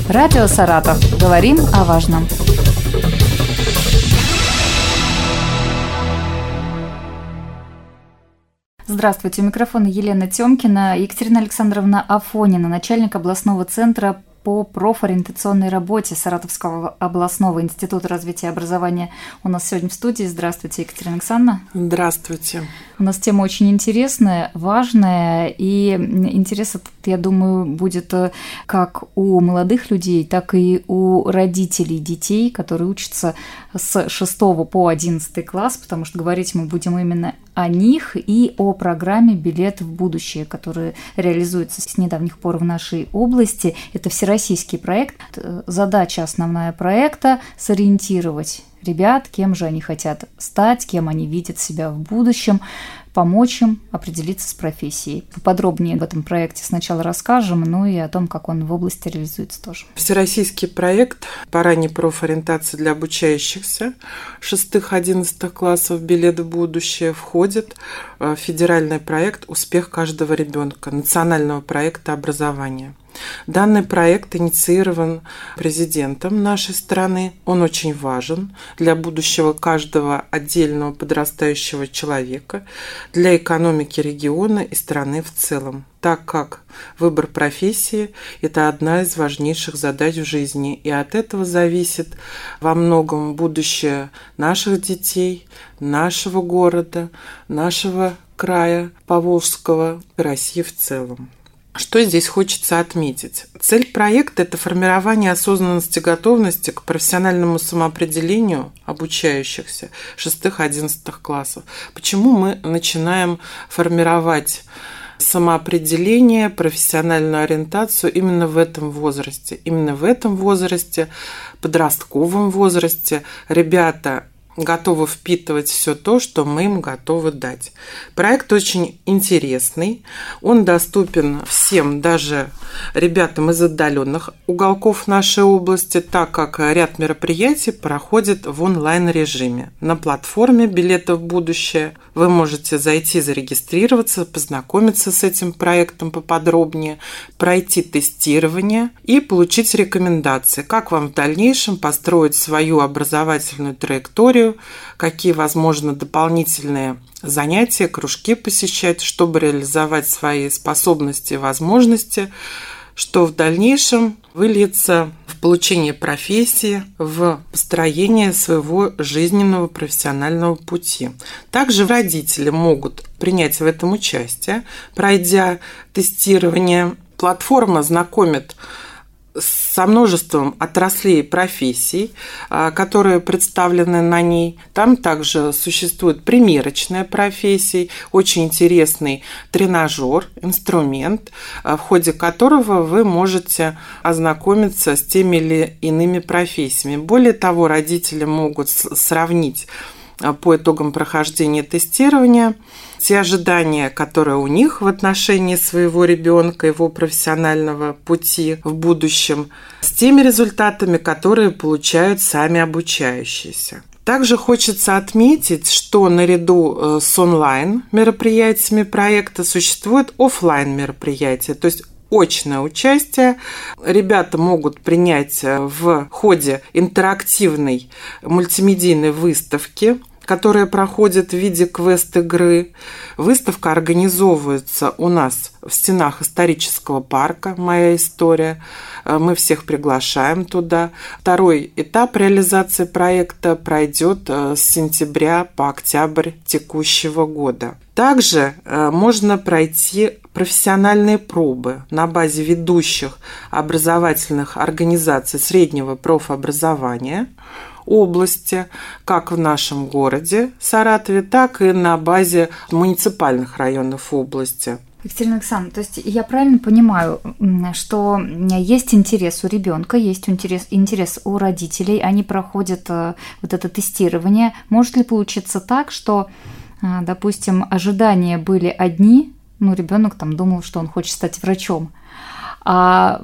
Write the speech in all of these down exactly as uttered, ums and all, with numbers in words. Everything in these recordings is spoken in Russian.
Радио Саратов. Говорим о важном. Здравствуйте, у микрофона Елена Тёмкина, Екатерина Александровна Афонина, начальник областного центра по профориентационной работе Саратовского областного института развития и образования. У нас сегодня в студии. Здравствуйте, Екатерина Александровна. Здравствуйте. У нас тема очень интересная, важная, и интерес этот, я думаю, будет как у молодых людей, так и у родителей детей, которые учатся с шестого по одиннадцатый класс, потому что говорить мы будем именно о них и о программе «Билет в будущее», которая реализуется с недавних пор в нашей области. Это всероссийский проект. Задача основная проекта – сориентировать ребят, кем же они хотят стать, кем они видят себя в будущем, помочь им определиться с профессией. Подробнее об этом проекте сначала расскажем, ну и о том, как он в области реализуется тоже. Всероссийский проект по ранней профориентации для обучающихся шестых-одиннадцатых классов «Билет в будущее» входит в федеральный проект «Успех каждого ребенка» национального проекта образования. Данный проект инициирован президентом нашей страны. Он очень важен для будущего каждого отдельного подрастающего человека, для экономики региона и страны в целом, так как выбор профессии – это одна из важнейших задач в жизни, и от этого зависит во многом будущее наших детей, нашего города, нашего края Поволжского и России в целом. Что здесь хочется отметить? Цель проекта – это формирование осознанности, готовности к профессиональному самоопределению обучающихся шестых-одиннадцатых классов. Почему мы начинаем формировать самоопределение, профессиональную ориентацию именно в этом возрасте? Именно в этом возрасте, подростковом возрасте, ребята готовы впитывать все то, что мы им готовы дать. Проект очень интересный, он доступен всем, даже ребятам из отдаленных уголков нашей области, так как ряд мероприятий проходит в онлайн-режиме. На платформе «Билеты в будущее» вы можете зайти, зарегистрироваться, познакомиться с этим проектом поподробнее, пройти тестирование и получить рекомендации, как вам в дальнейшем построить свою образовательную траекторию, какие, возможно, дополнительные занятия, кружки посещать, чтобы реализовать свои способности и возможности, что в дальнейшем выльется в получение профессии, в построение своего жизненного профессионального пути. Также родители могут принять в этом участие, пройдя тестирование. Платформа знакомит со множеством отраслей и профессий, которые представлены на ней. Там также существует примерочная профессия, очень интересный тренажер, инструмент, в ходе которого вы можете ознакомиться с теми или иными профессиями. Более того, родители могут сравнить по итогам прохождения тестирования те ожидания, которые у них в отношении своего ребенка, его профессионального пути в будущем, с теми результатами, которые получают сами обучающиеся. Также хочется отметить, что наряду с онлайн-мероприятиями проекта существуют офлайн-мероприятия, то есть очное участие. Ребята могут принять в ходе интерактивной мультимедийной выставки, которая проходит в виде квест-игры. Выставка организовывается у нас в стенах исторического парка «Моя история». Мы всех приглашаем туда. Второй этап реализации проекта пройдет с сентября по октябрь текущего года. Также можно пройти профессиональные пробы на базе ведущих образовательных организаций среднего профобразования области, как в нашем городе Саратове, так и на базе муниципальных районов области. Екатерина Александровна, то есть я правильно понимаю, что есть интерес у ребенка, есть интерес, интерес у родителей, они проходят вот это тестирование. Может ли получиться так, что, допустим, ожидания были одни, ну, ребенок там думал, что он хочет стать врачом, а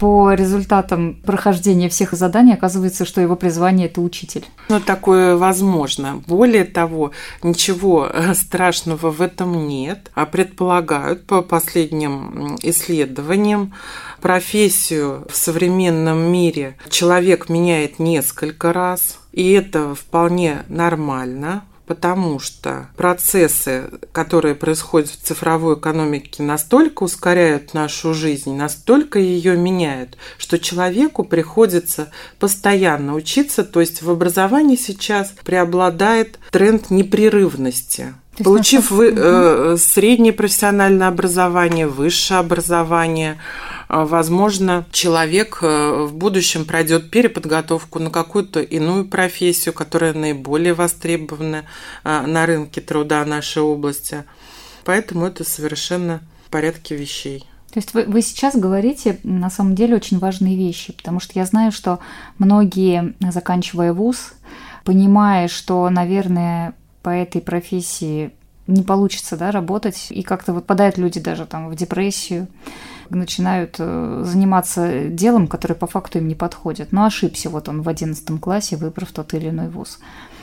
по результатам прохождения всех заданий оказывается, что его призвание – это учитель. Ну, такое возможно. Более того, ничего страшного в этом нет. А предполагают по последним исследованиям, профессию в современном мире человек меняет несколько раз, и это вполне нормально. Потому что процессы, которые происходят в цифровой экономике, настолько ускоряют нашу жизнь, настолько ее меняют, что человеку приходится постоянно учиться. То есть в образовании сейчас преобладает тренд непрерывности. Получив вы, э, среднее профессиональное образование, высшее образование, э, возможно, человек э, в будущем пройдет переподготовку на какую-то иную профессию, которая наиболее востребована э, на рынке труда нашей области. Поэтому это совершенно в порядке вещей. То есть вы, вы сейчас говорите на самом деле очень важные вещи, потому что я знаю, что многие, заканчивая вуз, понимая, что, наверное, по этой профессии не получится, да, работать, и как-то выпадают люди даже там в депрессию, начинают заниматься делом, которое по факту им не подходит. Но ошибся вот он в одиннадцатом классе, выбрав тот или иной вуз.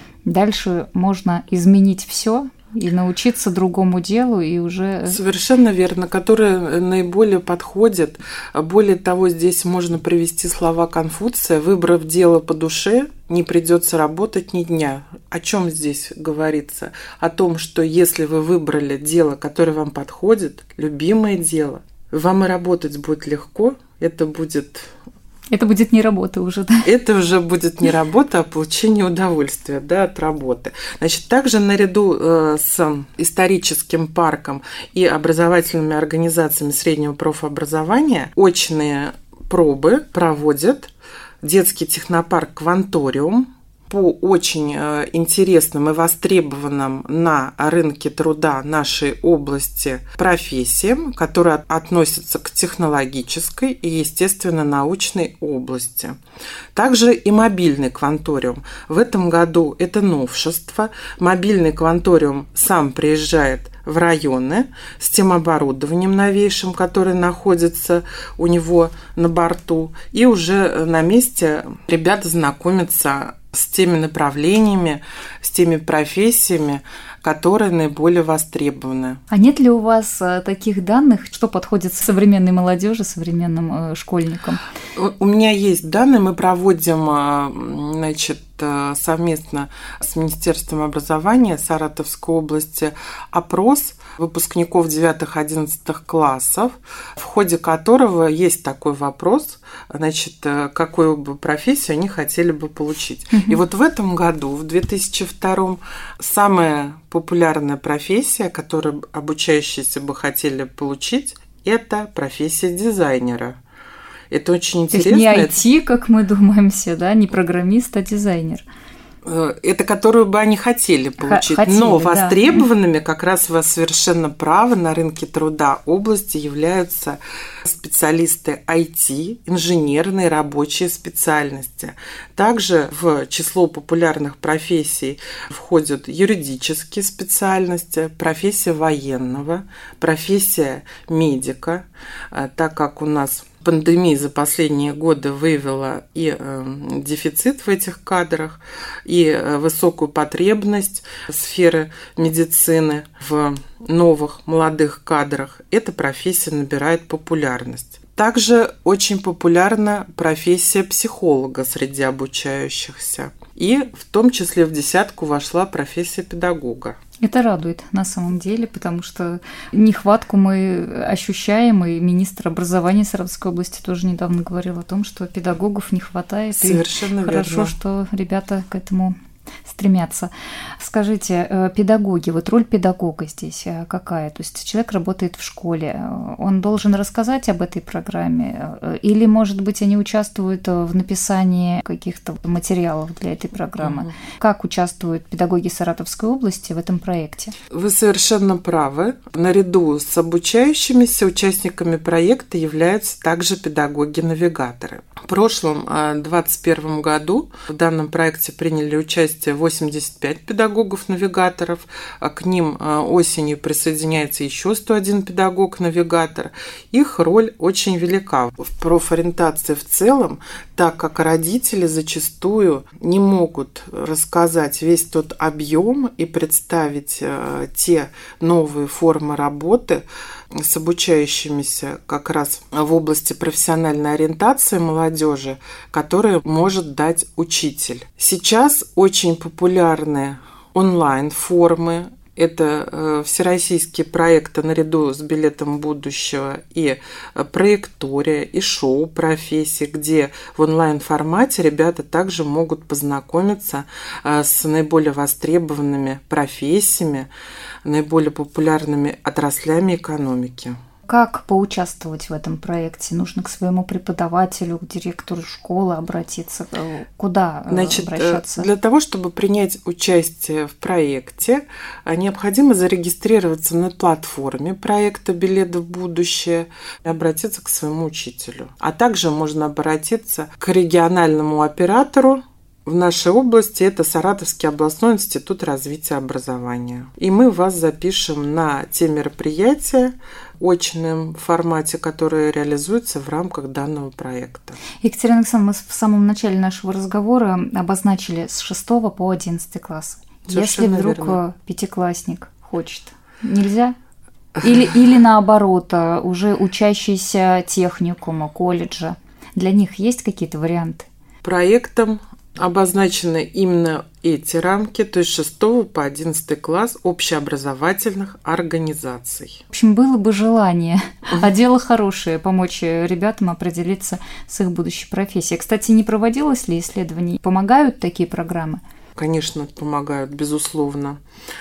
Дальше можно изменить все и научиться другому делу, и уже... Совершенно верно, которое наиболее подходит. Более того, здесь можно привести слова Конфуция: «Выбрав дело по душе, не придется работать ни дня». О чем здесь говорится? О том, что если вы выбрали дело, которое вам подходит, любимое дело, вам и работать будет легко, это будет... Это будет не работа уже, да? Это уже будет не работа, а получение удовольствия, да, от работы. Значит, также наряду э, с историческим парком и образовательными организациями среднего профобразования очные пробы проводят детский технопарк «Кванториум» по очень интересным и востребованным на рынке труда нашей области профессиям, которые относятся к технологической и, естественно, научной области. Также и мобильный кванториум. В этом году это новшество. Мобильный кванториум сам приезжает в районы с тем оборудованием новейшим, которое находится у него на борту, и уже на месте ребята знакомятся с теми направлениями, с теми профессиями, которые наиболее востребованы. А нет ли у вас таких данных, что подходит современной молодежи, современным школьникам? У меня есть данные, мы проводим, значит, совместно с Министерством образования Саратовской области опрос выпускников девятых-одиннадцатых классов, в ходе которого есть такой вопрос, значит, какую бы профессию они хотели бы получить. Uh-huh. И вот в этом году, в две тысячи втором, самая популярная профессия, которую обучающиеся бы хотели получить, это профессия дизайнера. Это очень интересно. То есть не ай ти, как мы думаем все, да, не программист, а дизайнер. Это которую бы они хотели получить. Хотели, но да. востребованными, как раз вы совершенно правы, на рынке труда области являются специалисты ай ти, инженерные, рабочие специальности. Также в число популярных профессий входят юридические специальности, профессия военного, профессия медика, так как у нас пандемия за последние годы выявила и э, дефицит в этих кадрах, и э, высокую потребность сферы медицины в новых молодых кадрах. Эта профессия набирает популярность. Также очень популярна профессия психолога среди обучающихся. И в том числе в десятку вошла профессия педагога. Это радует на самом деле, потому что нехватку мы ощущаем, и министр образования Саратовской области тоже недавно говорил о том, что педагогов не хватает. Совершенно и верно. Хорошо, что ребята к этому стремятся. Скажите, педагоги, вот роль педагога здесь какая? То есть человек работает в школе, он должен рассказать об этой программе? Или, может быть, они участвуют в написании каких-то материалов для этой программы? Угу. Как участвуют педагоги Саратовской области в этом проекте? Вы совершенно правы. Наряду с обучающимися участниками проекта являются также педагоги-навигаторы. В прошлом, двадцать первом году, в данном проекте приняли участие участие восемьдесят пять педагогов-навигаторов, а к ним осенью присоединяется еще сто один педагог-навигатор. Их роль очень велика в профориентации в целом, так как родители зачастую не могут рассказать весь тот объем и представить те новые формы работы с обучающимися как раз в области профессиональной ориентации молодежи, которые может дать учитель. Сейчас очень популярны онлайн-формы. Это всероссийские проекты наряду с «Билетом будущего» и «Проектория», и шоу профессий, где в онлайн-формате ребята также могут познакомиться с наиболее востребованными профессиями, наиболее популярными отраслями экономики. Как поучаствовать в этом проекте? Нужно к своему преподавателю, к директору школы обратиться? Куда Значит, обращаться? Для того, чтобы принять участие в проекте, необходимо зарегистрироваться на платформе проекта «Билет в будущее» и обратиться к своему учителю. А также можно обратиться к региональному оператору. В нашей области это Саратовский областной институт развития образования. И мы вас запишем на те мероприятия в очном формате, которые реализуются в рамках данного проекта. Екатерина Александровна, мы в самом начале нашего разговора обозначили с шестого по одиннадцатый класс. Совершенно Если вдруг верно. Пятиклассник хочет, нельзя? Или, или наоборот, уже учащийся техникума, колледжа, для них есть какие-то варианты? Проектом обозначены именно эти рамки, то есть с шестого по одиннадцатый класс общеобразовательных организаций. В общем, было бы желание, а дело хорошее, помочь ребятам определиться с их будущей профессией. Кстати, не проводилось ли исследований? Помогают такие программы? Конечно, помогают, безусловно.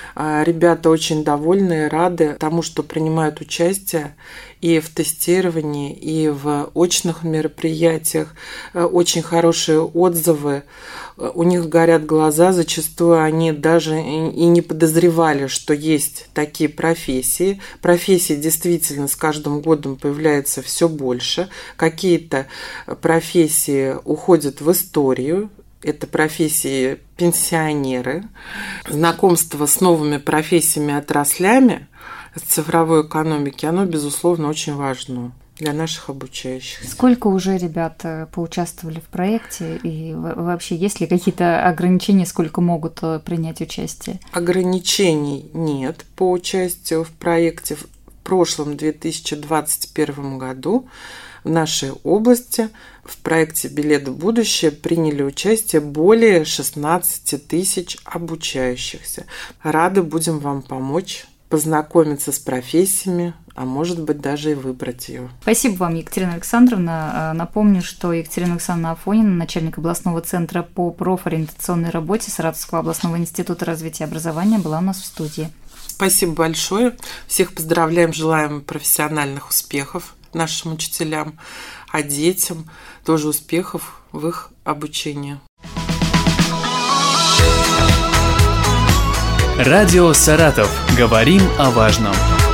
Ребята очень довольны, рады тому, что принимают участие и в тестировании, и в очных мероприятиях. Очень хорошие отзывы. У них горят глаза. Зачастую они даже и не подозревали, что есть такие профессии. Профессий действительно с каждым годом появляется все больше. Какие-то профессии уходят в историю. Это профессии пенсионеры, знакомство с новыми профессиями, отраслями цифровой экономики, оно, безусловно, очень важно для наших обучающих. Сколько уже ребят поучаствовали в проекте? И вообще, есть ли какие-то ограничения, сколько могут принять участие? Ограничений нет по участию в проекте. В прошлом две тысячи двадцать первом году в нашей области в проекте «Билет в будущее» приняли участие более шестнадцать тысяч обучающихся. Рады будем вам помочь познакомиться с профессиями, а может быть даже и выбрать ее. Спасибо вам, Екатерина Александровна. Напомню, что Екатерина Александровна Афонина, начальник областного центра по профориентационной работе Саратовского областного института развития образования, была у нас в студии. Спасибо большое. Всех поздравляем, желаем профессиональных успехов нашим учителям, а детям тоже успехов в их обучении. Радио «Саратов». Говорим о важном.